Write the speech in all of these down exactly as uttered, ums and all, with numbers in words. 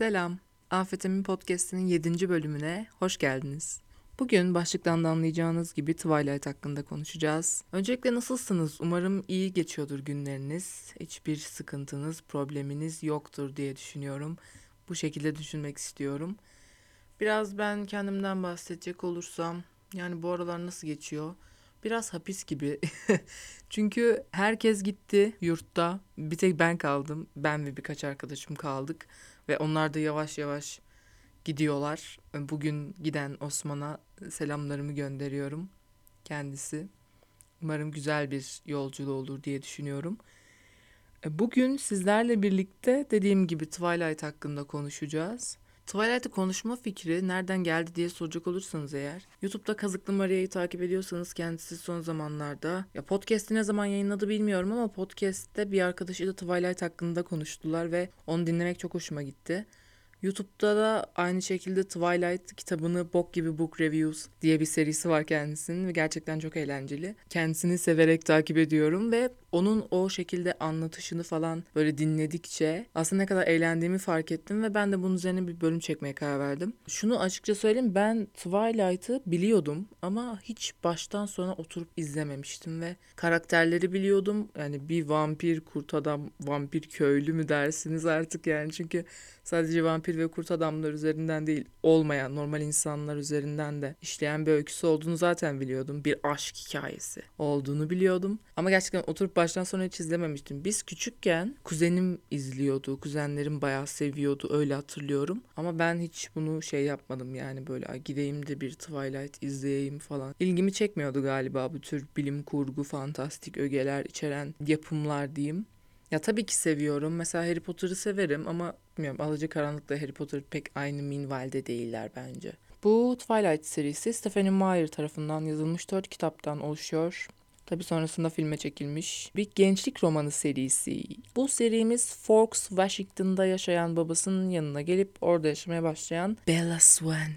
Selam, Afetem'in podcast'inin yedinci bölümüne hoş geldiniz. Bugün başlıktan da anlayacağınız gibi Twilight hakkında konuşacağız. Öncelikle nasılsınız? Umarım iyi geçiyordur günleriniz. Hiçbir sıkıntınız, probleminiz yoktur diye düşünüyorum. Bu şekilde düşünmek istiyorum. Biraz ben kendimden bahsedecek olursam, yani bu aralar nasıl geçiyor? Biraz hapis gibi. Çünkü herkes gitti yurtta. Bir tek ben kaldım. Ben ve birkaç arkadaşım kaldık. Ve onlar da yavaş yavaş gidiyorlar. Bugün giden Osman'a selamlarımı gönderiyorum. Kendisi. Umarım güzel bir yolculuğu olur diye düşünüyorum. Bugün sizlerle birlikte dediğim gibi Twilight hakkında konuşacağız. Twilight'ı konuşma fikri nereden geldi diye soracak olursanız eğer, YouTube'da Kazıklı Maria'yı takip ediyorsanız kendisi son zamanlarda, ya podcast'i ne zaman yayınladı bilmiyorum ama podcast'te bir arkadaşıyla Twilight hakkında konuştular ve onu dinlemek çok hoşuma gitti. YouTube'da da aynı şekilde Twilight kitabını Bok Gibi Book Reviews diye bir serisi var kendisinin ve gerçekten çok eğlenceli. Kendisini severek takip ediyorum ve onun o şekilde anlatışını falan böyle dinledikçe aslında ne kadar eğlendiğimi fark ettim ve ben de bunun üzerine bir bölüm çekmeye karar verdim. Şunu açıkça söyleyeyim, ben Twilight'ı biliyordum ama hiç baştan sona oturup izlememiştim ve karakterleri biliyordum. Yani bir vampir, kurt adam, vampir köylü mü dersiniz artık yani, çünkü sadece vampir ve kurt adamlar üzerinden değil, olmayan normal insanlar üzerinden de işleyen bir öyküsü olduğunu zaten biliyordum. Bir aşk hikayesi olduğunu biliyordum. Ama gerçekten oturup baştan sona hiç izlememiştim. Biz küçükken kuzenim izliyordu. Kuzenlerim bayağı seviyordu, öyle hatırlıyorum. Ama ben hiç bunu şey yapmadım yani, böyle "Ay, gideyim de bir Twilight izleyeyim" falan. İlgimi çekmiyordu galiba bu tür bilim kurgu, fantastik ögeler içeren yapımlar diyeyim. Ya tabii ki seviyorum. Mesela Harry Potter'ı severim ama bilmiyorum, Alacakaranlık'la Harry Potter pek aynı minvalde değiller bence. Bu Twilight serisi Stephenie Meyer tarafından yazılmış dört kitaptan oluşuyor. Tabii sonrasında filme çekilmiş bir gençlik romanı serisi. Bu serimiz Forks, Washington'da yaşayan babasının yanına gelip orada yaşamaya başlayan Bella Swan,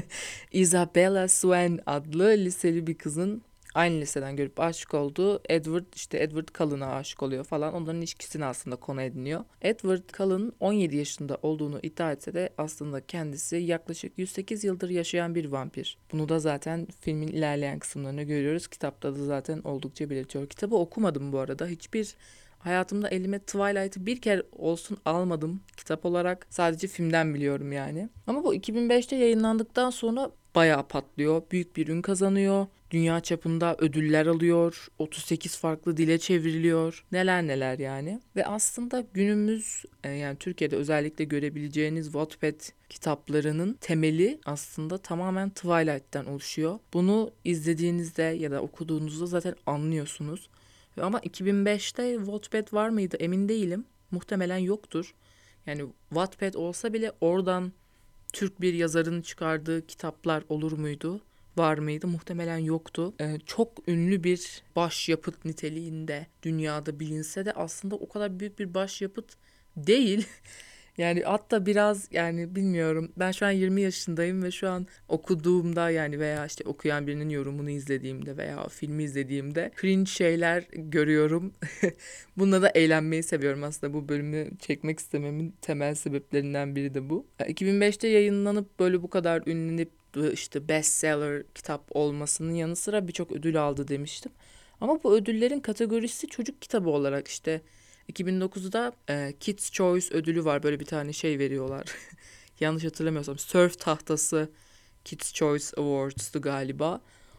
Isabella Swan adlı liseli bir kızın aynı liseden görüp aşık olduğu Edward, işte Edward Cullen'a aşık oluyor falan. Onların ilişkisini aslında konu ediniyor. Edward Cullen on yedi yaşında olduğunu iddia etse de aslında kendisi yaklaşık yüz sekiz yıldır yaşayan bir vampir. Bunu da zaten filmin ilerleyen kısımlarını görüyoruz. Kitapta da zaten oldukça belirtiyor. Kitabı okumadım bu arada. Hiçbir hayatımda elime Twilight'ı bir kere olsun almadım kitap olarak. Sadece filmden biliyorum yani. Ama bu iki bin beşte yayınlandıktan sonra bayağı patlıyor. Büyük bir ün kazanıyor. Dünya çapında ödüller alıyor. otuz sekiz farklı dile çevriliyor. Neler neler yani. Ve aslında günümüz e, yani Türkiye'de özellikle görebileceğiniz Wattpad kitaplarının temeli aslında tamamen Twilight'ten oluşuyor. Bunu izlediğinizde ya da okuduğunuzda zaten anlıyorsunuz. Ama iki bin beşte Wattpad var mıydı emin değilim. Muhtemelen yoktur. Yani Wattpad olsa bile oradan Türk bir yazarın çıkardığı kitaplar olur muydu? Var mıydı? Muhtemelen yoktu. Ee, çok ünlü bir başyapıt niteliğinde dünyada bilinse de aslında o kadar büyük bir başyapıt değil. Yani hatta biraz, yani bilmiyorum. Ben şu an yirmi yaşındayım ve şu an okuduğumda yani veya işte okuyan birinin yorumunu izlediğimde veya filmi izlediğimde cringe şeyler görüyorum. Bununla da eğlenmeyi seviyorum aslında. Bu bölümü çekmek istememin temel sebeplerinden biri de bu. iki bin beşte yayınlanıp böyle bu kadar ünlenip işte bestseller kitap olmasının yanı sıra birçok ödül aldı demiştim. Ama bu ödüllerin kategorisi çocuk kitabı olarak işte iki bin dokuzda e, Kids Choice ödülü var. Böyle bir tane şey veriyorlar. Yanlış hatırlamıyorsam Surf Tahtası Kids Choice Awards'tu galiba.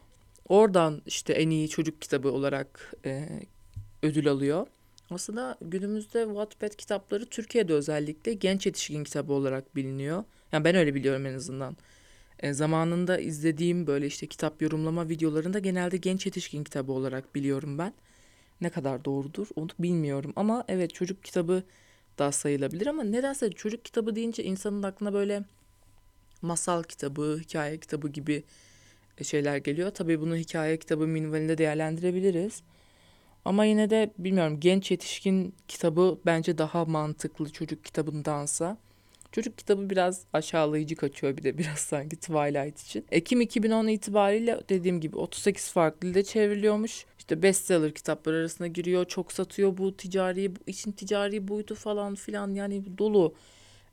Oradan işte en iyi çocuk kitabı olarak e, ödül alıyor. Aslında günümüzde Wattpad kitapları Türkiye'de özellikle genç yetişkin kitabı olarak biliniyor. Yani ben öyle biliyorum en azından. E, zamanında izlediğim böyle işte kitap yorumlama videolarında genelde genç yetişkin kitabı olarak biliyorum ben. Ne kadar doğrudur onu bilmiyorum ama evet, çocuk kitabı da sayılabilir ama nedense çocuk kitabı deyince insanın aklına böyle masal kitabı, hikaye kitabı gibi şeyler geliyor. Tabii bunu hikaye kitabı minvalinde değerlendirebiliriz. Ama yine de bilmiyorum, genç yetişkin kitabı bence daha mantıklı çocuk kitabındansa. Çocuk kitabı biraz aşağılayıcı kaçıyor bir de biraz sanki Twilight için. Ekim iki bin on itibariyle dediğim gibi otuz sekiz farklı dilde çevriliyormuş. İşte bestseller kitaplar arasına giriyor. Çok satıyor, bu ticari, bu için ticari buydu falan filan, yani dolu.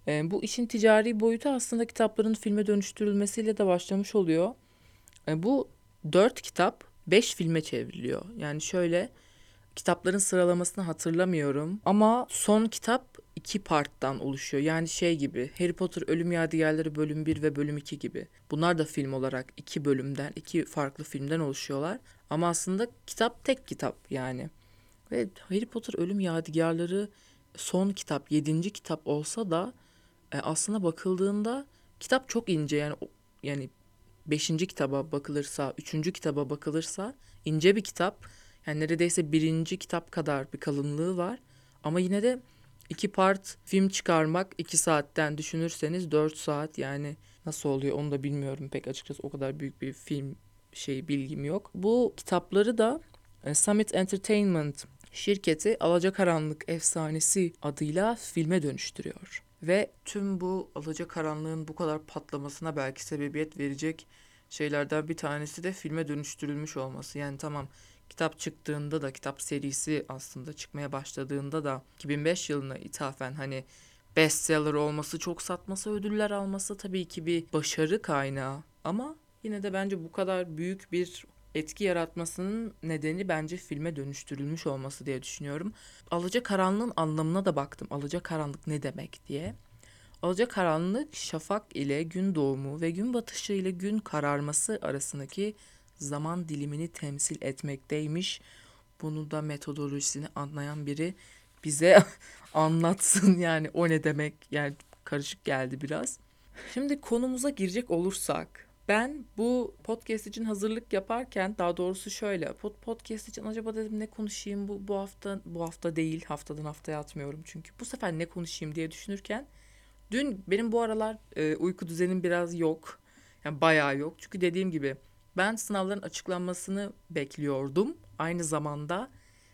E, bu işin ticari boyutu aslında kitapların filme dönüştürülmesiyle de başlamış oluyor. E, bu dört kitap beş filme çevriliyor. Yani şöyle, kitapların sıralamasını hatırlamıyorum ama son kitap iki parttan oluşuyor. Yani şey gibi, Harry Potter Ölüm Yadigarları bölüm bir ve bölüm iki gibi. Bunlar da film olarak iki bölümden, iki farklı filmden oluşuyorlar. Ama aslında kitap tek kitap yani. Ve Harry Potter Ölüm Yadigarları son kitap, yedinci kitap olsa da e, aslında bakıldığında kitap çok ince. Yani yani beşinci kitaba bakılırsa, üçüncü kitaba bakılırsa ince bir kitap. Yani neredeyse birinci kitap kadar bir kalınlığı var. Ama yine de iki part film çıkarmak iki saatten düşünürseniz dört saat, yani nasıl oluyor onu da bilmiyorum pek açıkçası, o kadar büyük bir film şey bilgim yok. Bu kitapları da e, Summit Entertainment şirketi Alacakaranlık Efsanesi adıyla filme dönüştürüyor. Ve tüm bu Alacakaranlığın bu kadar patlamasına belki sebebiyet verecek şeylerden bir tanesi de filme dönüştürülmüş olması. Yani tamam, kitap çıktığında da, kitap serisi aslında çıkmaya başladığında da iki bin beş yılına ithafen hani bestseller olması, çok satması, ödüller alması tabii ki bir başarı kaynağı. Ama yine de bence bu kadar büyük bir etki yaratmasının nedeni bence filme dönüştürülmüş olması diye düşünüyorum. Alacakaranlığın anlamına da baktım. Alacakaranlık ne demek diye. Alacakaranlık, şafak ile gün doğumu ve gün batışı ile gün kararması arasındaki zaman dilimini temsil etmekteymiş. Bunu da metodolojisini anlayan biri bize anlatsın, yani o ne demek, yani karışık geldi biraz. Şimdi konumuza girecek olursak, ben bu podcast için hazırlık yaparken, daha doğrusu şöyle, pod podcast için acaba dedim ne konuşayım bu bu hafta, bu hafta değil, haftadan haftaya atmıyorum çünkü, bu sefer ne konuşayım diye düşünürken dün benim bu aralar e, uyku düzenim biraz yok. Yani bayağı yok. Çünkü dediğim gibi ben sınavların açıklanmasını bekliyordum. Aynı zamanda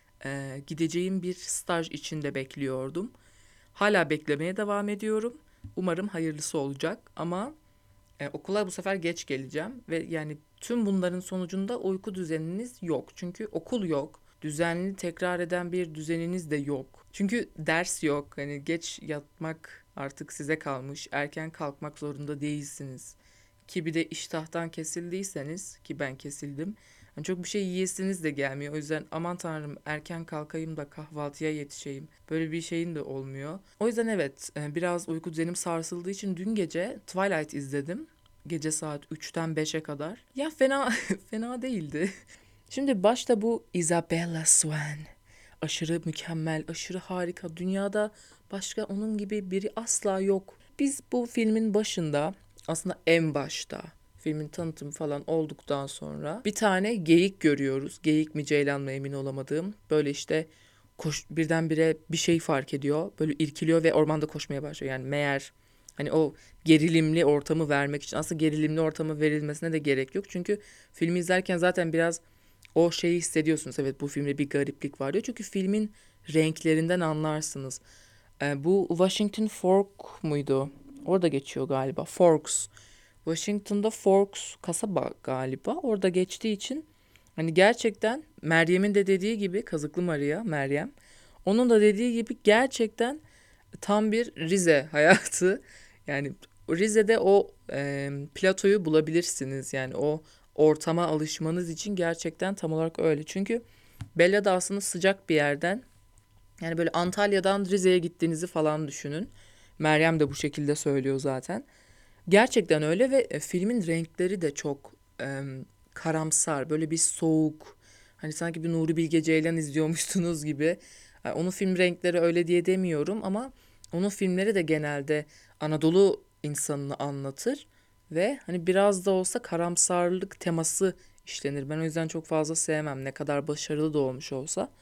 e, gideceğim bir staj için de bekliyordum. Hala beklemeye devam ediyorum. Umarım hayırlısı olacak ama e, okula bu sefer geç geleceğim ve yani tüm bunların sonucunda uyku düzeniniz yok. Çünkü okul yok. Düzenli tekrar eden bir düzeniniz de yok. Çünkü ders yok. Hani geç yatmak artık size kalmış. Erken kalkmak zorunda değilsiniz. Ki bir de iştahtan kesildiyseniz, ki ben kesildim, hani çok bir şey yiyesiniz de gelmiyor. O yüzden aman tanrım erken kalkayım da kahvaltıya yetişeyim, böyle bir şeyin de olmuyor. O yüzden evet, e, biraz uyku düzenim sarsıldığı için dün gece Twilight izledim. Gece saat üçten beşe kadar. Ya fena fena değildi. Şimdi başta bu Isabella Swan. Aşırı mükemmel, aşırı harika. Dünyada başka onun gibi biri asla yok. Biz bu filmin başında, aslında en başta, filmin tanıtımı falan olduktan sonra bir tane geyik görüyoruz. Geyik mi ceylan mı emin olamadığım. Böyle işte koş, birdenbire bir şey fark ediyor. Böyle irkiliyor ve ormanda koşmaya başlıyor. Yani meğer hani o gerilimli ortamı vermek için, aslında gerilimli ortamı verilmesine de gerek yok. Çünkü filmi izlerken zaten biraz o şeyi hissediyorsunuz. Evet, bu filmde bir gariplik var diyor. Çünkü filmin renklerinden anlarsınız. Ee, bu Washington Fork muydu? Orada geçiyor galiba. Forks. Washington'da Forks kasaba galiba. Orada geçtiği için hani gerçekten Meryem'in de dediği gibi, Kazıklı Maria, Meryem. Onun da dediği gibi gerçekten tam bir Rize hayatı. Yani Rize'de o e, platoyu bulabilirsiniz. Yani o ortama alışmanız için gerçekten tam olarak öyle. Çünkü Bella da aslında sıcak bir yerden, yani böyle Antalya'dan Rize'ye gittiğinizi falan düşünün. Meryem de bu şekilde söylüyor zaten. Gerçekten öyle ve e, filmin renkleri de çok e, karamsar, böyle bir soğuk. Hani sanki bir Nuri Bilge Ceylan izliyormuşsunuz gibi. Yani onun film renkleri öyle diye demiyorum ama onun filmleri de genelde Anadolu insanını anlatır ve hani biraz da olsa karamsarlık teması işlenir. Ben o yüzden çok fazla sevmem, ne kadar başarılı da olmuş olsa.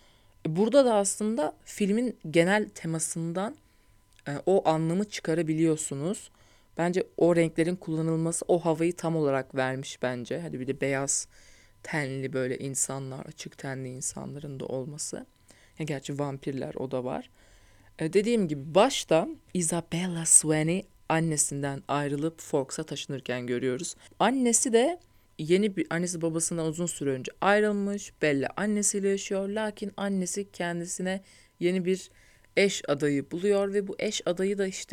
Burada da aslında filmin genel temasından e, o anlamı çıkarabiliyorsunuz. Bence o renklerin kullanılması o havayı tam olarak vermiş bence. Hadi bir de beyaz tenli böyle insanlar, açık tenli insanların da olması. Ya gerçi vampirler, o da var. E, dediğim gibi başta Isabella Swan'ı annesinden ayrılıp Forks'a taşınırken görüyoruz. Annesi de yeni bir, annesi babasından uzun süre önce ayrılmış. Bella annesiyle yaşıyor. Lakin annesi kendisine yeni bir eş adayı buluyor ve bu eş adayı da işte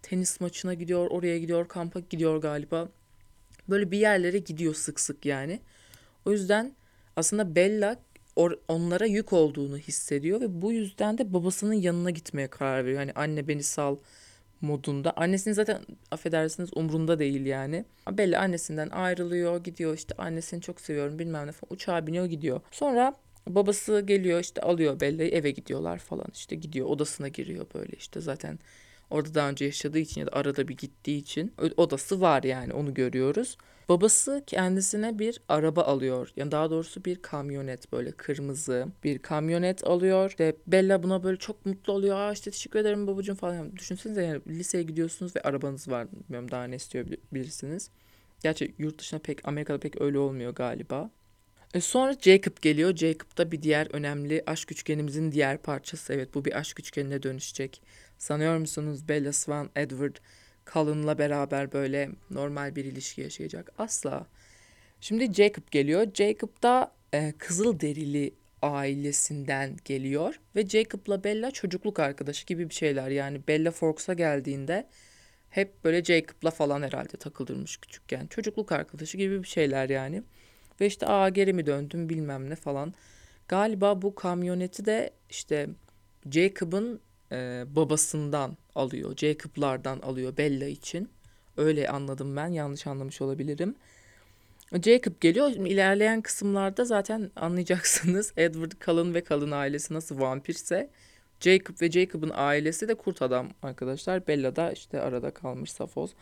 tenis maçına gidiyor, oraya gidiyor, kampa gidiyor galiba. Böyle bir yerlere gidiyor sık sık yani. O yüzden aslında Bella or- onlara yük olduğunu hissediyor ve bu yüzden de babasının yanına gitmeye karar veriyor. Hani anne beni sal modunda. Annesinin zaten affedersiniz umrunda değil yani. Bella annesinden ayrılıyor, gidiyor işte annesini çok seviyorum bilmem ne falan. Uçağa biniyor gidiyor. Sonra babası geliyor işte alıyor Bella'yı eve gidiyorlar falan işte gidiyor odasına giriyor böyle işte zaten orada daha önce yaşadığı için ya da arada bir gittiği için odası var yani onu görüyoruz. Babası kendisine bir araba alıyor. Yani daha doğrusu bir kamyonet böyle kırmızı bir kamyonet alıyor. İşte Bella buna böyle çok mutlu oluyor. Aa işte teşekkür ederim babacığım falan. Yani düşünsenize yani liseye gidiyorsunuz ve arabanız var. Bilmiyorum daha ne istiyor bilirsiniz. Gerçi yurt dışında pek Amerika'da pek öyle olmuyor galiba. E sonra Jacob geliyor. Jacob da bir diğer önemli aşk üçgenimizin diğer parçası. Evet bu bir aşk üçgenine dönüşecek. Sanıyor musunuz Bella Swan, Edward Cullen'la beraber böyle normal bir ilişki yaşayacak? Asla. Şimdi Jacob geliyor. Jacob da e, Kızılderili ailesinden geliyor. Ve Jacob'la Bella çocukluk arkadaşı gibi bir şeyler. Yani Bella Forks'a geldiğinde hep böyle Jacob'la falan herhalde takılırmış küçükken. Çocukluk arkadaşı gibi bir şeyler yani. Ve işte aa geri mi döndüm bilmem ne falan. Galiba bu kamyoneti de işte Jacob'ın e, babasından alıyor. Jacob'lardan alıyor Bella için. Öyle anladım ben. Yanlış anlamış olabilirim. Jacob geliyor. Şimdi ilerleyen kısımlarda zaten anlayacaksınız. Edward Cullen ve Cullen ailesi nasıl vampirse Jacob ve Jacob'ın ailesi de kurt adam arkadaşlar. Bella da işte arada kalmış Safoz.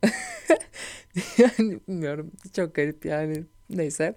Yani bilmiyorum. Çok garip yani. Neyse.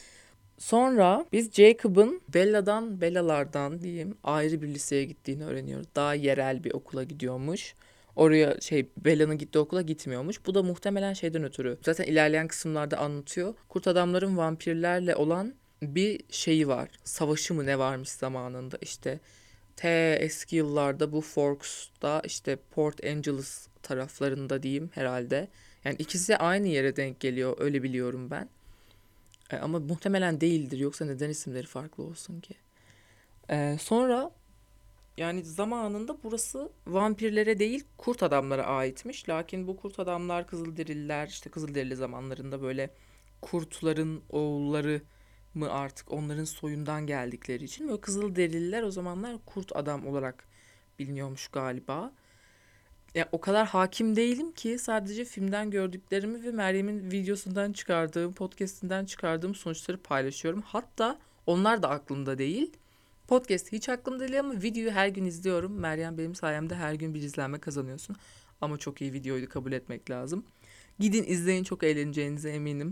Sonra biz Jacob'ın Bella'dan, Bella'lardan diyeyim ayrı bir liseye gittiğini öğreniyoruz. Daha yerel bir okula gidiyormuş. Oraya şey Bella'nın gittiği okula gitmiyormuş. Bu da muhtemelen şeyden ötürü. Zaten ilerleyen kısımlarda anlatıyor. Kurt adamların vampirlerle olan bir şeyi var. Savaşı mı ne varmış zamanında işte. T eski yıllarda bu Forks'ta işte Port Angeles taraflarında diyeyim herhalde. Yani ikisi aynı yere denk geliyor öyle biliyorum ben. E, ama muhtemelen değildir. Yoksa neden isimleri farklı olsun ki? E, sonra yani zamanında burası vampirlere değil kurt adamlara aitmiş. Lakin bu kurt adamlar Kızılderililer işte Kızılderili zamanlarında böyle kurtların oğulları mı artık onların soyundan geldikleri için böyle Kızılderililer o zamanlar kurt adam olarak biliniyormuş galiba. Ya o kadar hakim değilim ki sadece filmden gördüklerimi ve Meryem'in videosundan çıkardığım, podcastinden çıkardığım sonuçları paylaşıyorum. Hatta onlar da aklımda değil. Podcast hiç aklımda değil ama videoyu her gün izliyorum. Meryem benim sayemde her gün bir izlenme kazanıyorsun. Ama çok iyi videoydu kabul etmek lazım. Gidin izleyin çok eğleneceğinize eminim.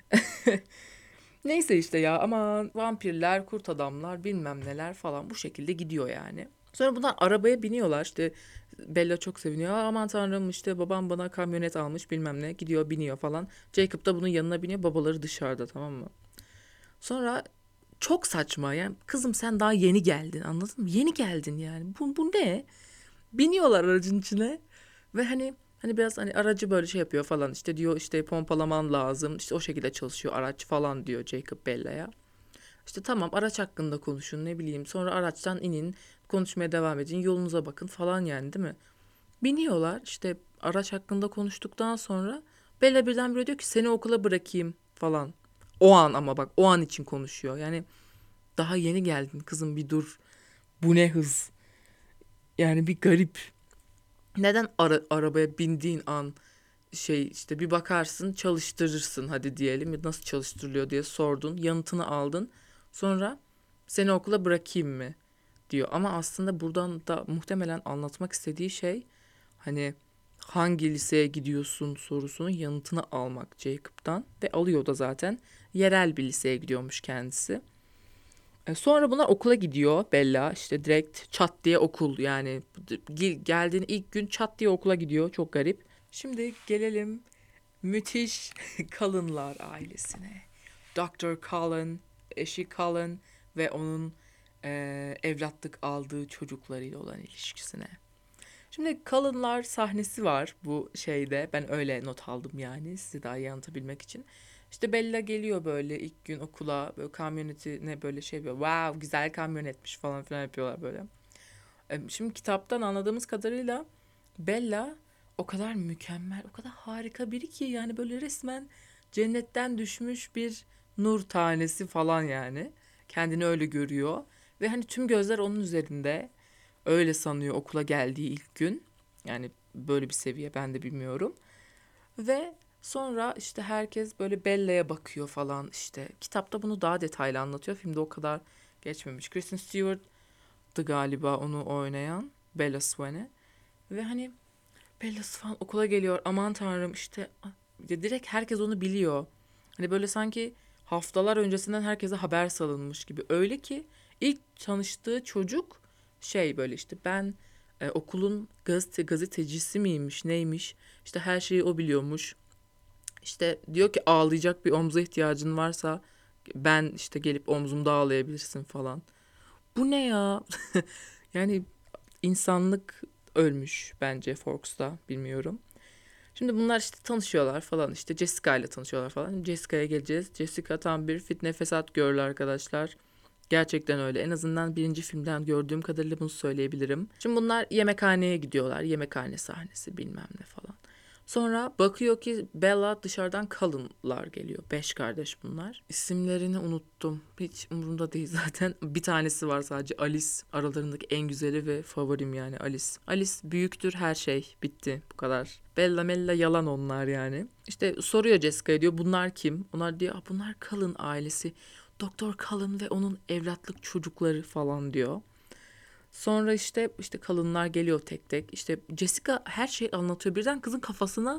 Neyse işte ya aman vampirler, kurt adamlar bilmem neler falan bu şekilde gidiyor yani. Sonra bunlar arabaya biniyorlar işte Bella çok seviniyor. "Aa, aman tanrım işte babam bana kamyonet almış bilmem ne gidiyor biniyor falan. Jacob da bunun yanına biniyor babaları dışarıda tamam mı? Sonra çok saçma yani kızım sen daha yeni geldin anladın mı? Yeni geldin yani bu, bu ne? Biniyorlar aracın içine ve hani hani biraz hani aracı böyle şey yapıyor falan işte diyor işte pompalaman lazım işte o şekilde çalışıyor araç falan diyor Jacob Bella'ya. İşte tamam araç hakkında konuşun ne bileyim sonra araçtan inin konuşmaya devam edin yolunuza bakın falan yani değil mi? Biniyorlar işte araç hakkında konuştuktan sonra Bella birdenbire diyor ki seni okula bırakayım falan. O an ama bak o an için konuşuyor. Yani daha yeni geldin kızım bir dur. Bu ne hız? Yani bir garip. Neden ara- arabaya bindiğin an şey işte bir bakarsın çalıştırırsın hadi diyelim nasıl çalıştırılıyor diye sordun yanıtını aldın. Sonra seni okula bırakayım mı diyor. Ama aslında buradan da muhtemelen anlatmak istediği şey hani hangi liseye gidiyorsun sorusunun yanıtını almak Jacob'tan ve alıyor da zaten yerel bir liseye gidiyormuş kendisi. E, Sonra bunlar okula gidiyor Bella işte direkt çat diye okul yani gel- geldiğin ilk gün çat diye okula gidiyor çok garip. Şimdi gelelim müthiş Cullen'lar ailesine. doktor Cullen, eşi Cullen ve onun e, evlatlık aldığı çocuklarıyla olan ilişkisine. Şimdi Cullen'lar sahnesi var bu şeyde. Ben öyle not aldım yani size daha iyi anlatabilmek için. İşte Bella geliyor böyle ilk gün okula böyle kamyonetine böyle şey yapıyor. Wow güzel kamyonetmiş falan filan yapıyorlar böyle. E, Şimdi kitaptan anladığımız kadarıyla Bella o kadar mükemmel, o kadar harika biri ki yani böyle resmen cennetten düşmüş bir nur tanesi falan yani. Kendini öyle görüyor ve hani tüm gözler onun üzerinde. Öyle sanıyor okula geldiği ilk gün. Yani böyle bir seviye ben de bilmiyorum. Ve sonra işte herkes böyle Bella'ya bakıyor falan işte. Kitapta bunu daha detaylı anlatıyor. Filmde o kadar geçmemiş. Kristen Stewart'tı galiba onu oynayan. Bella Swan'ı. Ve hani Bella Swan okula geliyor. Aman tanrım işte ya direkt herkes onu biliyor. Hani böyle sanki haftalar öncesinden herkese haber salınmış gibi. Öyle ki ilk tanıştığı çocuk şey böyle işte ben e, okulun gazete, gazetecisi miymiş neymiş işte her şeyi o biliyormuş. İşte diyor ki ağlayacak bir omza ihtiyacın varsa ben işte gelip omzumda ağlayabilirsin falan. Bu ne ya? Yani insanlık ölmüş bence Forks'ta bilmiyorum. Şimdi bunlar işte tanışıyorlar falan işte Jessica ile tanışıyorlar falan. Jessica'ya geleceğiz. Jessica tam bir fitne fesat girl arkadaşlar. Gerçekten öyle. En azından birinci filmden gördüğüm kadarıyla bunu söyleyebilirim. Şimdi bunlar yemekhaneye gidiyorlar. Yemekhane sahnesi bilmem ne falan. Sonra bakıyor ki Bella dışarıdan Cullen'lar geliyor. Beş kardeş bunlar. İsimlerini unuttum. Hiç umurumda değil zaten. Bir tanesi var sadece Alice. Aralarındaki en güzeli ve favorim yani Alice. Alice büyüktür her şey. Bitti. Bu kadar. Bella Mella yalan onlar yani. İşte soruyor Jessica'ya diyor bunlar kim? Onlar diyor bunlar Cullen ailesi. Doktor Cullen ve onun evlatlık çocukları falan diyor. Sonra işte işte Cullen'lar geliyor tek tek. İşte Jessica her şeyi anlatıyor. Birden kızın kafasına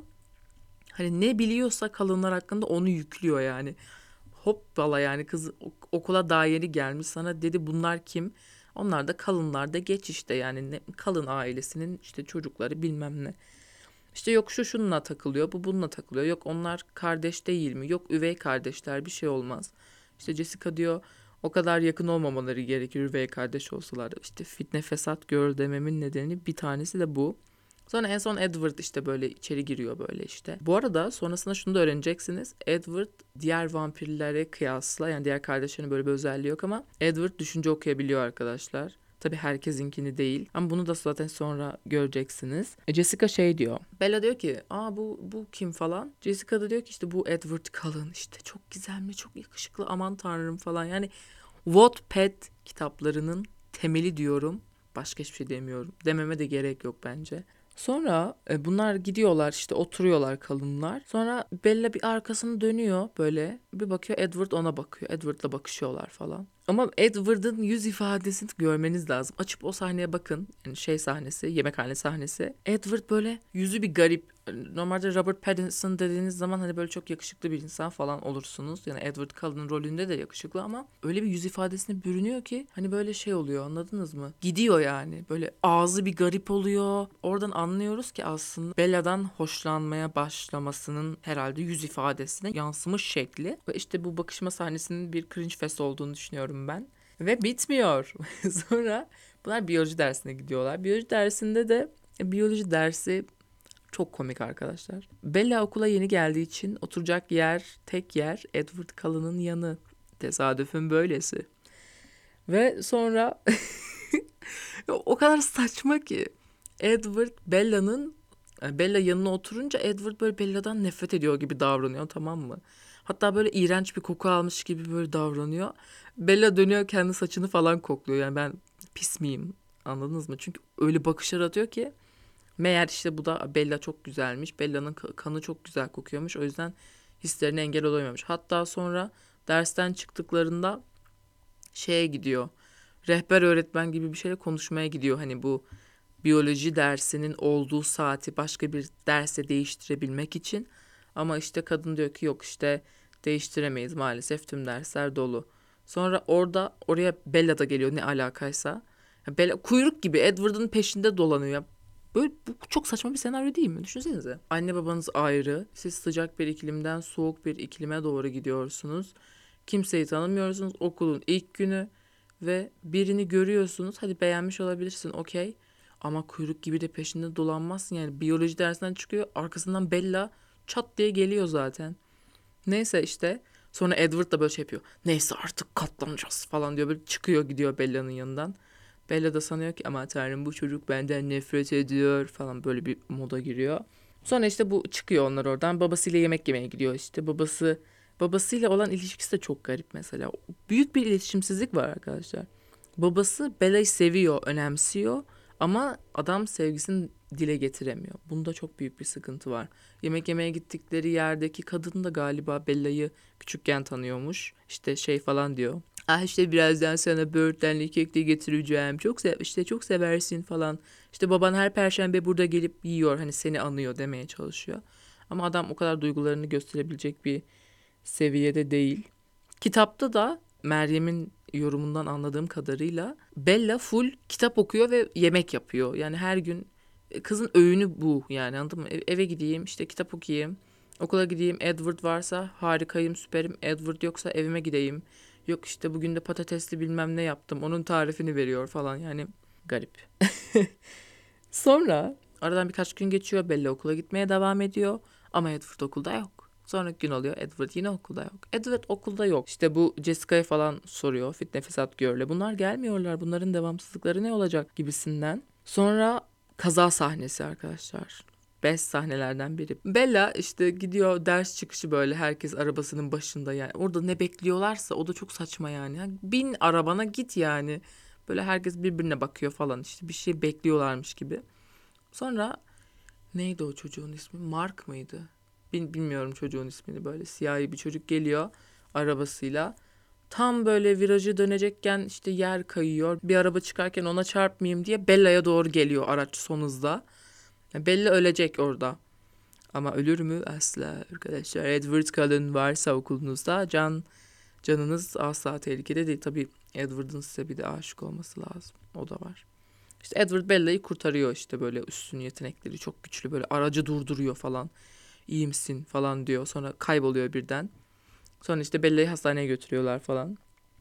hani ne biliyorsa Cullen'lar hakkında onu yüklüyor yani. Hoppala yani kız okula daha yeni gelmiş sana dedi bunlar kim? Onlar da Cullen'lar da geç işte yani ne, Cullen ailesinin işte çocukları bilmem ne. İşte yok şu şununla takılıyor, bu bununla takılıyor. Yok onlar kardeş değil mi? Yok üvey kardeşler bir şey olmaz. İşte Jessica diyor o kadar yakın olmamaları gerekir üvey kardeş olsalar. İşte fitne fesat gör dememin nedeni bir tanesi de bu. Sonra en son Edward işte böyle içeri giriyor böyle işte. Bu arada sonrasında şunu da öğreneceksiniz. Edward diğer vampirlere kıyasla yani diğer kardeşlerinin böyle bir özelliği yok ama Edward düşünce okuyabiliyor arkadaşlar. Tabii herkesinkini değil ama bunu da zaten sonra göreceksiniz. E, Jessica şey diyor. Bella diyor ki aa bu bu kim falan. Jessica da diyor ki işte bu Edward Cullen işte çok gizemli çok yakışıklı aman tanrım falan. Yani Wattpad kitaplarının temeli diyorum. Başka hiçbir şey demiyorum. Dememe de gerek yok bence. Sonra e, bunlar gidiyorlar işte oturuyorlar kalınlar. Sonra Bella bir arkasını dönüyor böyle. Bir bakıyor Edward ona bakıyor. Edward'la bakışıyorlar falan. Ama Edward'ın yüz ifadesini görmeniz lazım. Açıp o sahneye bakın. Yani şey sahnesi, yemekhane sahnesi. Edward böyle yüzü bir garip. Normalde Robert Pattinson dediğiniz zaman hani böyle çok yakışıklı bir insan falan olursunuz. Yani Edward Cullen'ın rolünde de yakışıklı ama öyle bir yüz ifadesine bürünüyor ki hani böyle şey oluyor anladınız mı? Gidiyor yani. Böyle ağzı bir garip oluyor. Oradan anlıyoruz ki aslında Bella'dan hoşlanmaya başlamasının herhalde yüz ifadesine yansımış şekli. Ve işte bu bakışma sahnesinin bir cringe fest olduğunu düşünüyorum ben. Ve bitmiyor. Sonra bunlar biyoloji dersine gidiyorlar. Biyoloji dersinde de e, biyoloji dersi çok komik arkadaşlar. Bella okula yeni geldiği için oturacak yer, tek yer Edward Cullen'ın yanı. Tesadüfün böylesi. Ve sonra o kadar saçma ki Edward Bella'nın e, Bella yanına oturunca Edward böyle Bella'dan nefret ediyor gibi davranıyor tamam mı? Hatta böyle iğrenç bir koku almış gibi böyle davranıyor. Bella dönüyor kendi saçını falan kokluyor. Yani ben pis miyim? Anladınız mı? Çünkü öyle bakışlar atıyor ki meğer işte bu da Bella çok güzelmiş. Bella'nın kanı çok güzel kokuyormuş. O yüzden hislerine engel olamıyormuş. Hatta sonra dersten çıktıklarında şeye gidiyor. Rehber öğretmen gibi bir şeyle konuşmaya gidiyor. Hani bu biyoloji dersinin olduğu saati başka bir derse değiştirebilmek için. Ama işte kadın diyor ki yok işte değiştiremeyiz maalesef tüm dersler dolu. Sonra orada oraya Bella da geliyor ne alakaysa. Bella kuyruk gibi Edward'ın peşinde dolanıyor. Böyle bu çok saçma bir senaryo değil mi? Düşünsenize. Anne babanız ayrı. Siz sıcak bir iklimden soğuk bir iklime doğru gidiyorsunuz. Kimseyi tanımıyorsunuz. Okulun ilk günü ve birini görüyorsunuz. Hadi beğenmiş olabilirsin okey. Ama kuyruk gibi de peşinde dolanmazsın. Yani biyoloji dersinden çıkıyor. Arkasından Bella çat diye geliyor zaten. Neyse işte. Sonra Edward da böyle şey yapıyor. Neyse artık katlanacağız falan diyor. Böyle çıkıyor gidiyor Bella'nın yanından. Bella da sanıyor ki ama tanrım bu çocuk benden nefret ediyor falan, böyle bir moda giriyor. Sonra işte bu çıkıyor, onlar oradan babasıyla yemek yemeye gidiyor işte. Babası babasıyla olan ilişkisi de çok garip mesela. Büyük bir iletişimsizlik var arkadaşlar. Babası Bella'yı seviyor, önemsiyor ama adam sevgisini dile getiremiyor. Bunda çok büyük bir sıkıntı var. Yemek yemeye gittikleri yerdeki kadın da galiba Bella'yı küçükken tanıyormuş. İşte şey falan diyor. Ah işte birazdan sana böğürtlenli kek de getireceğim. Çok sev işte çok seversin falan. İşte baban her perşembe burada gelip yiyor. Hani seni anıyor demeye çalışıyor. Ama adam o kadar duygularını gösterebilecek bir seviyede değil. Kitapta da Meryem'in yorumundan anladığım kadarıyla Bella full kitap okuyor ve yemek yapıyor. Yani her gün kızın öğünü bu, yani anladın mı? Eve gideyim işte kitap okuyayım. Okula gideyim, Edward varsa harikayım, süperim. Edward yoksa evime gideyim. Yok işte bugün de patatesli bilmem ne yaptım. Onun tarifini veriyor falan, yani garip. Sonra aradan birkaç gün geçiyor. Bella okula gitmeye devam ediyor. Ama Edward okulda yok. Sonraki gün oluyor. Edward yine okulda yok. Edward okulda yok. İşte bu Jessica'ya falan soruyor. Fitne Fesat Girl'e. Bunlar gelmiyorlar. Bunların devamsızlıkları ne olacak gibisinden. Sonra kaza sahnesi arkadaşlar. Best sahnelerden biri. Bella işte gidiyor ders çıkışı, böyle herkes arabasının başında yani. Orada ne bekliyorlarsa o da çok saçma yani. Yani bin arabana git yani. Böyle herkes birbirine bakıyor falan, işte bir şey bekliyorlarmış gibi. Sonra neydi o çocuğun ismi? Mark mıydı? Bil- bilmiyorum çocuğun ismini, böyle siyahi bir çocuk geliyor arabasıyla. Tam böyle virajı dönecekken işte yer kayıyor. Bir araba çıkarken ona çarpmayayım diye Bella'ya doğru geliyor araç son hızda. Yani Bella ölecek orada. Ama ölür mü? Asla arkadaşlar. Edward Cullen varsa okulunuzda can canınız asla tehlikede değil. Tabii Edward'ın size bir de aşık olması lazım. O da var. İşte Edward Bella'yı kurtarıyor, işte böyle üstün yetenekleri çok güçlü, böyle aracı durduruyor falan. İyi misin falan diyor. Sonra kayboluyor birden. Sonra işte Bella'yı hastaneye götürüyorlar falan.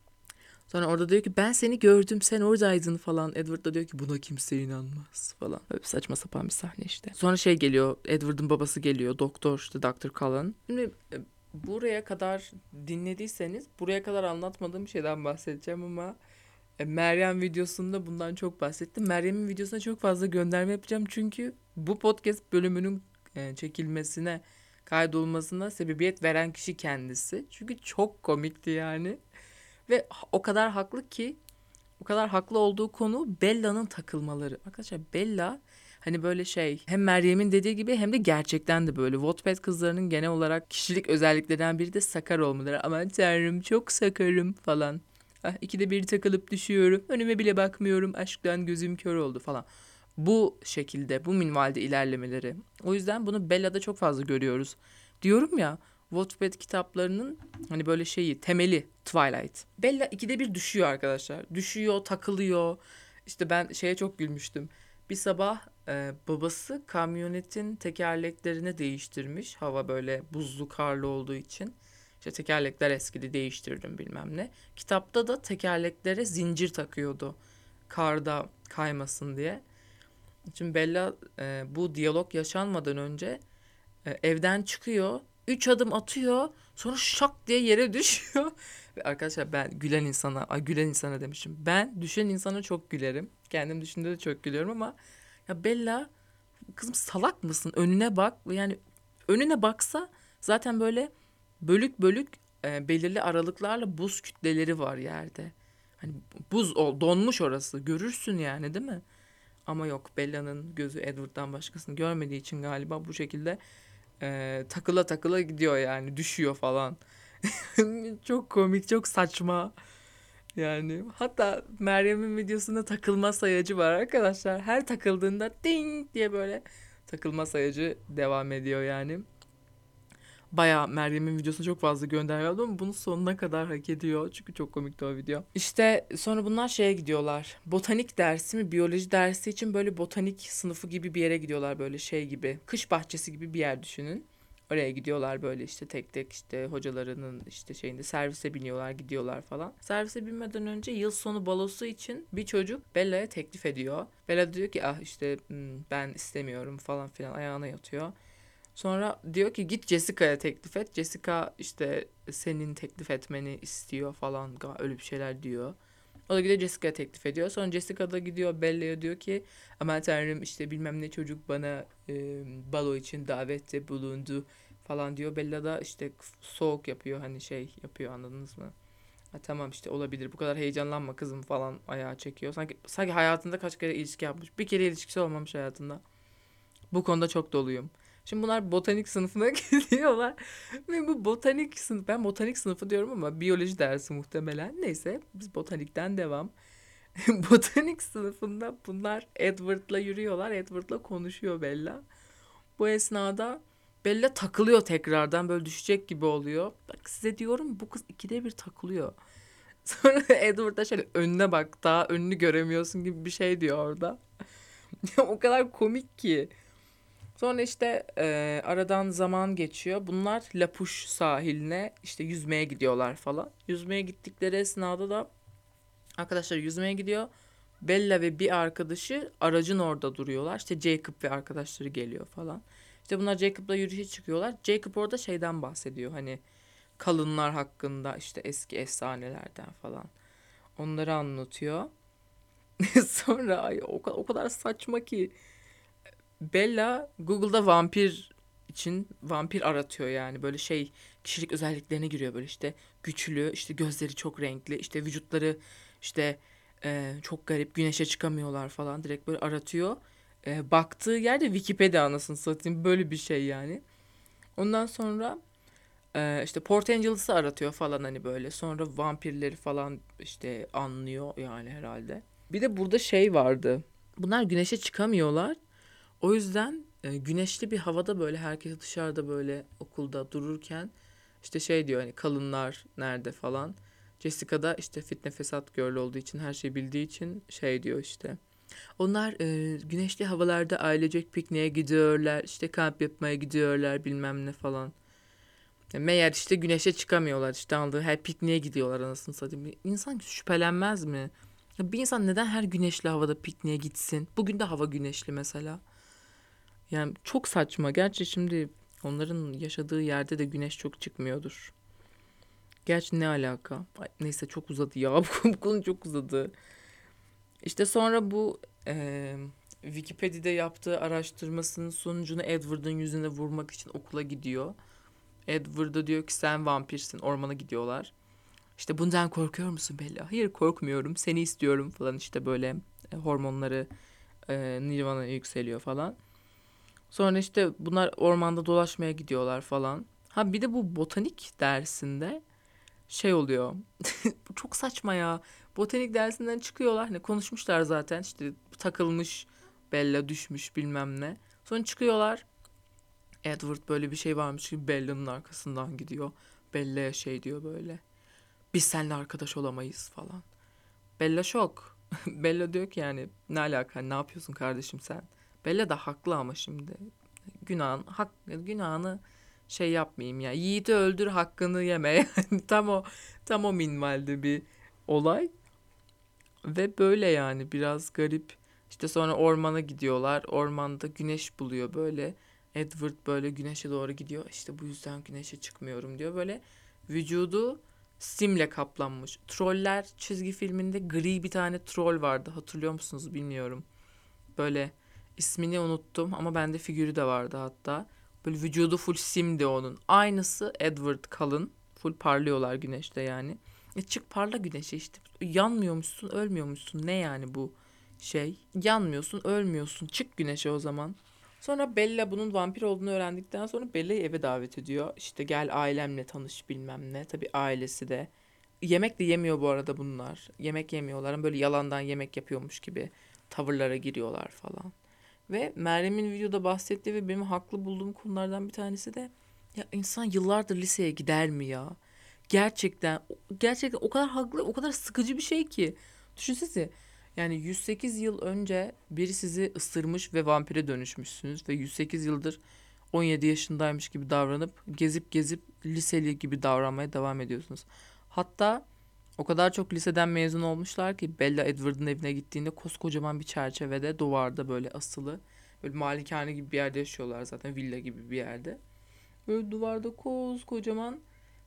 Sonra orada diyor ki ben seni gördüm, sen oradaydın falan. Edward da diyor ki buna kimse inanmaz falan. Böyle bir saçma sapan bir sahne işte. Sonra şey geliyor, Edward'ın babası geliyor, doktor, işte doktor Cullen. Şimdi e, buraya kadar dinlediyseniz buraya kadar anlatmadığım bir şeyden bahsedeceğim ama e, Meryem videosunda bundan çok bahsettim. Meryem'in videosuna çok fazla gönderme yapacağım çünkü bu podcast bölümünün e, çekilmesine, kaydolmasına sebebiyet veren kişi kendisi. Çünkü çok komikti yani. Ve o kadar haklı ki, o kadar haklı olduğu konu Bella'nın takılmaları. Arkadaşlar Bella hani böyle şey, hem Meryem'in dediği gibi hem de gerçekten de böyle. Wattpad kızlarının genel olarak kişilik özelliklerinden biri de sakar olmaları. Aman tanrım çok sakarım falan. Ah, ikide bir takılıp düşüyorum. Önüme bile bakmıyorum. Aşktan gözüm kör oldu falan. Bu şekilde, bu minvalde ilerlemeleri. O yüzden bunu Bella'da çok fazla görüyoruz. Diyorum ya, Wattpad kitaplarının hani böyle şeyi, temeli Twilight. Bella ikide bir düşüyor arkadaşlar. Düşüyor, takılıyor. İşte ben şeye çok gülmüştüm. Bir sabah e, babası kamyonetin tekerleklerini değiştirmiş. Hava böyle buzlu, karlı olduğu için. İşte tekerlekler eskidi, değiştirdim bilmem ne. Kitapta da tekerleklere zincir takıyordu. Karda kaymasın diye. Şimdi Bella e, bu diyalog yaşanmadan önce e, evden çıkıyor. Üç adım atıyor. Sonra şak diye yere düşüyor. Ve arkadaşlar ben gülen insana, ay gülen insana demişim. Ben düşen insana çok gülerim. Kendim düşündüğümde de çok gülüyorum ama ya Bella, kızım salak mısın? Önüne bak. Yani önüne baksa zaten böyle bölük bölük e, belirli aralıklarla buz kütleleri var yerde. Hani buz ol, donmuş orası. Görürsün yani, değil mi? Ama yok, Bella'nın gözü Edward'dan başkasını görmediği için galiba bu şekilde e, takıla takıla gidiyor yani, düşüyor falan. Çok komik, çok saçma. Yani hatta Meryem'in videosunda takılma sayacı var arkadaşlar. Her takıldığında ding diye böyle takılma sayacı devam ediyor yani. Bayağı Meryem'in videosuna çok fazla gönderme aldım ama bunu sonuna kadar hak ediyor. Çünkü çok komikti o video. İşte sonra bunlar şeye gidiyorlar. Botanik dersi mi, biyoloji dersi için böyle botanik sınıfı gibi bir yere gidiyorlar, böyle şey gibi. Kış bahçesi gibi bir yer düşünün. Oraya gidiyorlar böyle, işte tek tek işte hocalarının işte şeyinde servise biniyorlar, gidiyorlar falan. Servise binmeden önce yıl sonu balosu için bir çocuk Bella'ya teklif ediyor. Bella diyor ki ah işte hmm, ben istemiyorum falan filan, ayağına yatıyor. Sonra diyor ki git Jessica'ya teklif et. Jessica işte senin teklif etmeni istiyor falan, öyle bir şeyler diyor. O da gidiyor Jessica'ya teklif ediyor. Sonra Jessica da gidiyor Bella'ya diyor ki aman tanrım işte bilmem ne çocuk bana e, balo için davette bulundu falan diyor. Bella da işte soğuk yapıyor hani şey yapıyor anladınız mı? Ha, tamam işte olabilir bu kadar heyecanlanma kızım falan ayağa çekiyor. Sanki, sanki hayatında kaç kere ilişki yapmış. Bir kere ilişkisi olmamış hayatında. Bu konuda çok doluyum. Şimdi bunlar botanik sınıfına gidiyorlar. Ve bu botanik sınıf, ben botanik sınıfı diyorum ama biyoloji dersi muhtemelen. Neyse biz botanikten devam. Botanik sınıfında bunlar Edward'la yürüyorlar. Edward'la konuşuyor Bella. Bu esnada Bella takılıyor tekrardan böyle düşecek gibi oluyor. Bak size diyorum bu kız ikide bir takılıyor. Sonra Edward da şöyle önüne bak daha önünü göremiyorsun gibi bir şey diyor orada. O kadar komik ki. Sonra işte e, aradan zaman geçiyor. Bunlar Lapuş sahiline işte yüzmeye gidiyorlar falan. Yüzmeye gittikleri esnada da arkadaşlar yüzmeye gidiyor. Bella ve bir arkadaşı aracın orada duruyorlar. İşte Jacob ve arkadaşları geliyor falan. İşte bunlar Jacob'la yürüyüşe çıkıyorlar. Jacob orada şeyden bahsediyor. Hani kalınlar hakkında işte eski efsanelerden falan. Onları anlatıyor. Sonra ay, o, o kadar saçma ki Bella Google'da vampir için vampir aratıyor yani böyle şey kişilik özelliklerine giriyor böyle işte güçlü işte gözleri çok renkli işte vücutları işte e, çok garip güneşe çıkamıyorlar falan direkt böyle aratıyor. E, baktığı yerde Wikipedia anasını satayım böyle bir şey yani. Ondan sonra e, işte Port Angels'ı aratıyor falan hani böyle sonra vampirleri falan işte anlıyor yani herhalde. Bir de burada şey vardı. Bunlar güneşe çıkamıyorlar. O yüzden e, güneşli bir havada böyle herkes dışarıda böyle okulda dururken işte şey diyor hani kalınlar nerede falan. Jessica da işte fitne fesat girl olduğu için her şeyi bildiği için şey diyor işte. Onlar e, güneşli havalarda ailecek pikniğe gidiyorlar işte kamp yapmaya gidiyorlar bilmem ne falan. Ya meğer işte güneşe çıkamıyorlar işte anladığı her pikniğe gidiyorlar anasını satayım. İnsan şüphelenmez mi? Ya bir insan neden her güneşli havada pikniğe gitsin? Bugün de hava güneşli mesela. Yani çok saçma. Gerçi şimdi onların yaşadığı yerde de güneş çok çıkmıyordur. Gerçi ne alaka? Ay, neyse çok uzadı ya. Bu konu çok uzadı. İşte sonra bu eee Wikipedia'da yaptığı araştırmasının sonucunu Edward'ın yüzüne vurmak için okula gidiyor. Edward'a diyor ki sen vampirsin. Ormana gidiyorlar. İşte bundan korkuyor musun Bella? Hayır korkmuyorum. Seni istiyorum falan işte böyle e, hormonları e, Nirvana'ya yükseliyor falan. Sonra işte bunlar ormanda dolaşmaya gidiyorlar falan. Ha bir de bu botanik dersinde şey oluyor. Bu çok saçma ya. Botanik dersinden çıkıyorlar. Hani konuşmuşlar zaten. İşte takılmış, Bella düşmüş bilmem ne. Sonra çıkıyorlar. Edward böyle bir şey varmış gibi Bella'nın arkasından gidiyor. Bella'ya şey diyor böyle. Biz seninle arkadaş olamayız falan. Bella şok. Bella diyor ki yani ne alaka ne yapıyorsun kardeşim sen? Bella da haklı ama şimdi. Günahın hak günahını şey yapmayayım ya. Yiğidi öldür hakkını yeme. Yani tam o tam o minvalde bir olay ve böyle yani biraz garip. İşte sonra ormana gidiyorlar. Ormanda güneş buluyor böyle. Edward böyle güneşe doğru gidiyor. İşte bu yüzden güneşe çıkmıyorum diyor. Böyle vücudu simle kaplanmış. Troller çizgi filminde gri bir tane troll vardı. Hatırlıyor musunuz bilmiyorum. Böyle ismini unuttum ama bende figürü de vardı hatta. Böyle vücudu full simdi onun. Aynısı Edward Cullen. Full parlıyorlar güneşte yani. E çık parla güneşe işte. Yanmıyormuşsun, ölmüyormuşsun. Ne yani bu şey? Yanmıyorsun, ölmüyorsun. Çık güneşe o zaman. Sonra Bella bunun vampir olduğunu öğrendikten sonra Bella'yı eve davet ediyor. İşte gel ailemle tanış bilmem ne. Tabii ailesi de. Yemek de yemiyor bu arada bunlar. Yemek yemiyorlar ama böyle yalandan yemek yapıyormuş gibi tavırlara giriyorlar falan. Ve Meryem'in videoda bahsettiği ve benim haklı bulduğum konulardan bir tanesi de ya insan yıllardır liseye gider mi ya? Gerçekten gerçekten o kadar haklı, o kadar sıkıcı bir şey ki. Düşünsenize. Yani yüz sekiz yıl önce biri sizi ısırmış ve vampire dönüşmüşsünüz ve yüz sekiz yıldır on yedi yaşındaymış gibi davranıp gezip gezip liseli gibi davranmaya devam ediyorsunuz. Hatta o kadar çok liseden mezun olmuşlar ki Bella Edward'ın evine gittiğinde koskocaman bir çerçevede duvarda böyle asılı. Böyle malikane gibi bir yerde yaşıyorlar zaten villa gibi bir yerde. Böyle duvarda koskocaman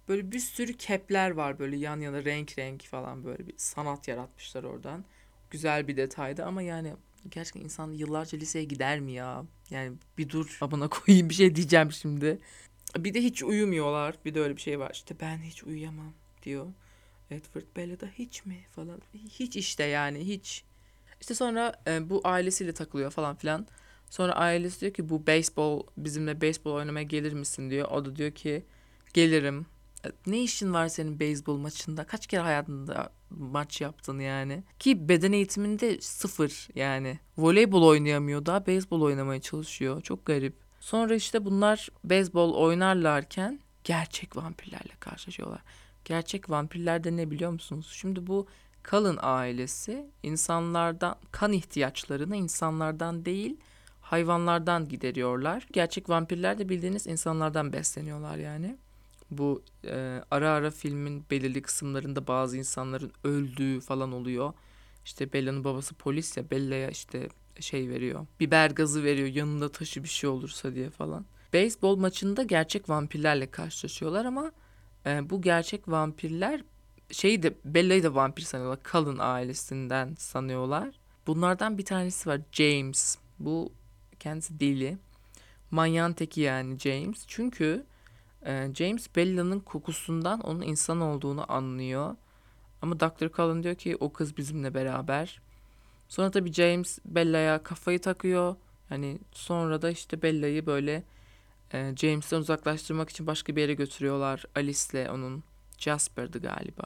Böyle bir sürü kepler var böyle yan yana renk renk falan, böyle bir sanat yaratmışlar oradan. Güzel bir detaydı ama yani gerçekten insan yıllarca liseye gider mi ya? Yani bir dur abına koyayım, bir şey diyeceğim şimdi. Bir de hiç uyumuyorlar. Bir de öyle bir şey var. İşte ben hiç uyuyamam diyor. Edward Bella da hiç mi falan. Hiç işte, yani hiç. İşte sonra e, bu ailesiyle takılıyor falan filan. Sonra ailesi diyor ki bu beyzbol, bizimle beyzbol oynamaya gelir misin diyor. O da diyor ki gelirim. "E, Ne işin var senin beyzbol maçında? Kaç kere hayatında maç yaptın yani?" Ki beden eğitiminde sıfır yani. Voleybol oynayamıyor, daha beyzbol oynamaya çalışıyor. Çok garip. Sonra işte bunlar beyzbol oynarlarken gerçek vampirlerle karşılaşıyorlar. Gerçek vampirler de ne biliyor musunuz? Şimdi bu Cullen ailesi insanlardan kan ihtiyaçlarını insanlardan değil hayvanlardan gideriyorlar. Gerçek vampirler de bildiğiniz insanlardan besleniyorlar yani. Bu e, ara ara filmin belirli kısımlarında bazı insanların öldüğü falan oluyor. İşte Bella'nın babası polis ya, Bella'ya işte şey veriyor. Biber gazı veriyor yanında taşı bir şey olursa diye falan. Beyzbol maçında gerçek vampirlerle karşılaşıyorlar ama e, bu gerçek vampirler şeyi de, Bella'yı da vampir sanıyorlar. Cullen ailesinden sanıyorlar. Bunlardan bir tanesi var, James. Bu kendisi deli. Manyağın teki yani James. Çünkü e, James Bella'nın kokusundan onun insan olduğunu anlıyor. Ama doktor Cullen diyor ki o kız bizimle beraber. Sonra tabii James Bella'ya kafayı takıyor. Hani sonra da işte Bella'yı böyle e, James'ten uzaklaştırmak için başka bir yere götürüyorlar. Alice'le onun, Jasper'dı galiba.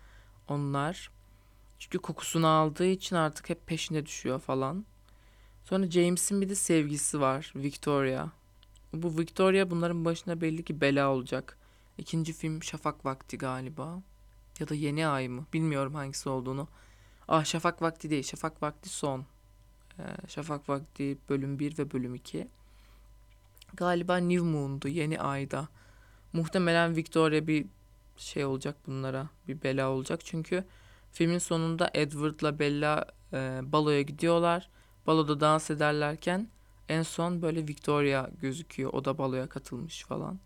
Onlar. Çünkü kokusunu aldığı için artık hep peşine düşüyor falan. Sonra James'in bir de sevgilisi var, Victoria. Bu Victoria bunların başına belli ki bela olacak. İkinci film Şafak Vakti galiba. Ya da Yeni Ay mı? Bilmiyorum hangisi olduğunu. Ah, Şafak Vakti değil. Şafak Vakti son. Ee, Şafak Vakti bölüm bir ve bölüm iki. Galiba New Moon'du. Yeni Ay'da. Muhtemelen Victoria bir şey olacak bunlara. Bir bela olacak. Çünkü filmin sonunda Edward'la Bella e, baloya gidiyorlar. Baloda dans ederlerken en son böyle Victoria gözüküyor. O da baloya katılmış falan.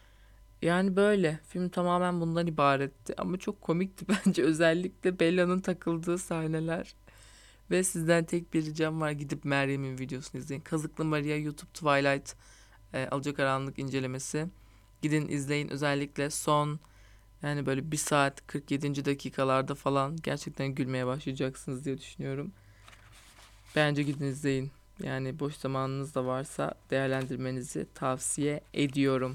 Yani böyle film tamamen bundan ibaretti ama çok komikti bence, özellikle Bella'nın takıldığı sahneler. Ve sizden tek bir ricam var, gidip Meryem'in videosunu izleyin. Kazıklı Maria YouTube Twilight e, Alacakaranlık incelemesi. Gidin izleyin, özellikle son yani böyle bir saat kırk yedinci dakikalarda falan gerçekten gülmeye başlayacaksınız diye düşünüyorum. Bence gidin izleyin. Yani boş zamanınız da varsa değerlendirmenizi tavsiye ediyorum.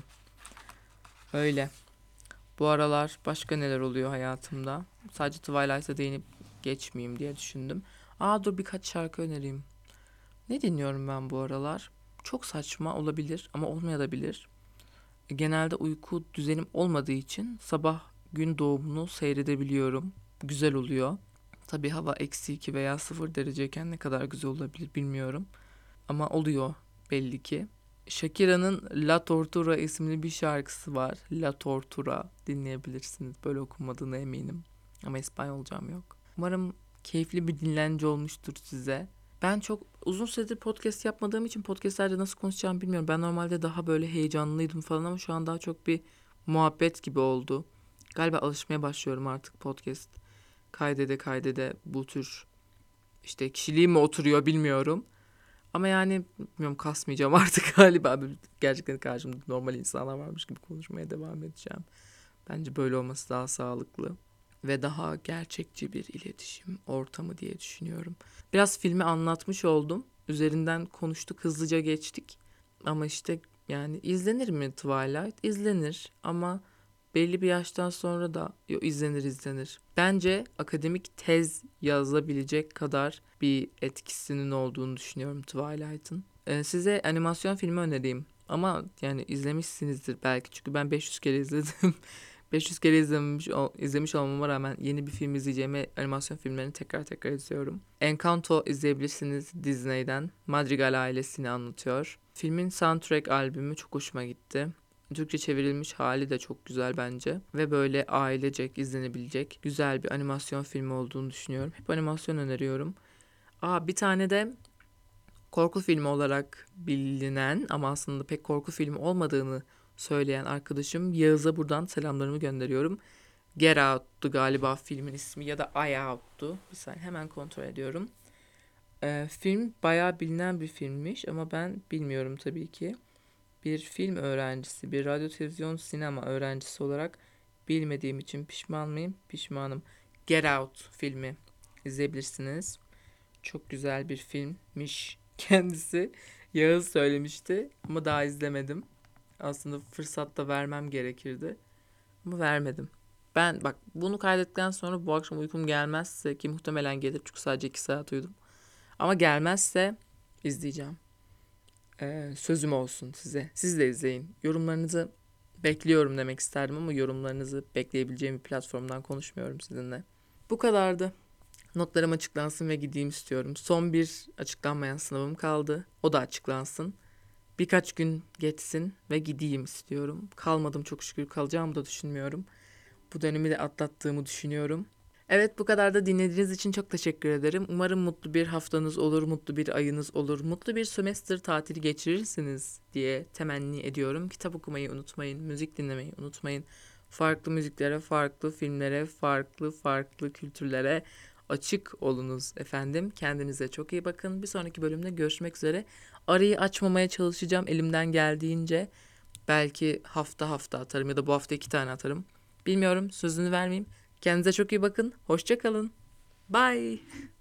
Öyle. Bu aralar başka neler oluyor hayatımda? Sadece Twilight'a değinip geçmeyeyim diye düşündüm. Aa, dur birkaç şarkı önereyim. Ne dinliyorum ben bu aralar? Çok saçma olabilir ama olmayabilir. Genelde uyku düzenim olmadığı için sabah gün doğumunu seyredebiliyorum. Güzel oluyor. Tabii hava eksi iki veya sıfır dereceyken ne kadar güzel olabilir bilmiyorum. Ama oluyor belli ki. Shakira'nın La Tortura isimli bir şarkısı var. La Tortura dinleyebilirsiniz. Böyle okunmadığına eminim. Ama İspanyolcam yok. Umarım keyifli bir dinlence olmuştur size. Ben çok uzun süredir podcast yapmadığım için podcastlerde nasıl konuşacağımı bilmiyorum. Ben normalde daha böyle heyecanlıydım falan ama şu an daha çok bir muhabbet gibi oldu. Galiba alışmaya başlıyorum artık podcast kaydede kaydede bu tür işte kişiliğim mi oturuyor bilmiyorum. Ama yani bilmiyorum, kasmayacağım artık galiba. Gerçekten karşımda normal insanlar varmış gibi konuşmaya devam edeceğim. Bence böyle olması daha sağlıklı ve daha gerçekçi bir iletişim ortamı diye düşünüyorum. Biraz filmi anlatmış oldum. Üzerinden konuştuk, hızlıca geçtik. Ama işte yani izlenir mi Twilight? İzlenir ama belli bir yaştan sonra da yo, izlenir izlenir. Bence akademik tez yazabilecek kadar bir etkisinin olduğunu düşünüyorum Twilight'ın. Ee, size animasyon filmi önereyim. Ama yani izlemişsinizdir belki, çünkü ben beş yüz kere izledim. beş yüz kere izlemiş, izlemiş olmama rağmen yeni bir film izleyeceğime animasyon filmlerini tekrar tekrar izliyorum. Encanto izleyebilirsiniz, Disney'den. Madrigal ailesini anlatıyor. Filmin soundtrack albümü çok hoşuma gitti. Türkçe çevrilmiş hali de çok güzel bence. Ve böyle ailecek izlenebilecek güzel bir animasyon filmi olduğunu düşünüyorum. Hep animasyon öneriyorum. Aa, bir tane de korku filmi olarak bilinen ama aslında pek korku filmi olmadığını söyleyen arkadaşım Yağız'a buradan selamlarımı gönderiyorum. Get Out'tu galiba filmin ismi ya da I Out'tu. Bir saniye hemen kontrol ediyorum. Ee, film bayağı bilinen bir filmmiş ama ben bilmiyorum tabii ki. Bir film öğrencisi, bir radyo, televizyon, sinema öğrencisi olarak bilmediğim için pişman mıyım? Pişmanım. Get Out filmi izleyebilirsiniz. Çok güzel bir filmmiş kendisi. Yağız söylemişti ama daha izlemedim. Aslında fırsat da vermem gerekirdi ama vermedim. Ben bak bunu kaydettikten sonra bu akşam uykum gelmezse ki muhtemelen gelir çünkü sadece iki saat uyudum. Ama gelmezse izleyeceğim. Ee, sözüm olsun size. Siz de izleyin. Yorumlarınızı bekliyorum demek isterdim ama yorumlarınızı bekleyebileceğim bir platformdan konuşmuyorum sizinle. Bu kadardı. Notlarım açıklansın ve gideyim istiyorum. Son bir açıklanmayan sınavım kaldı. O da açıklansın. Birkaç gün geçsin ve gideyim istiyorum. Kalmadım çok şükür. Kalacağımı da düşünmüyorum. Bu dönemi de atlattığımı düşünüyorum. Evet bu kadar da dinlediğiniz için çok teşekkür ederim. Umarım mutlu bir haftanız olur, mutlu bir ayınız olur, mutlu bir sömestr tatili geçirirsiniz diye temenni ediyorum. Kitap okumayı unutmayın, müzik dinlemeyi unutmayın. Farklı müziklere, farklı filmlere, farklı farklı kültürlere açık olunuz efendim. Kendinize çok iyi bakın. Bir sonraki bölümde görüşmek üzere. Arayı açmamaya çalışacağım elimden geldiğince. Belki hafta hafta atarım ya da bu hafta iki tane atarım. Bilmiyorum, sözünü vermeyeyim. Kendinize çok iyi bakın. Hoşça kalın. Bye.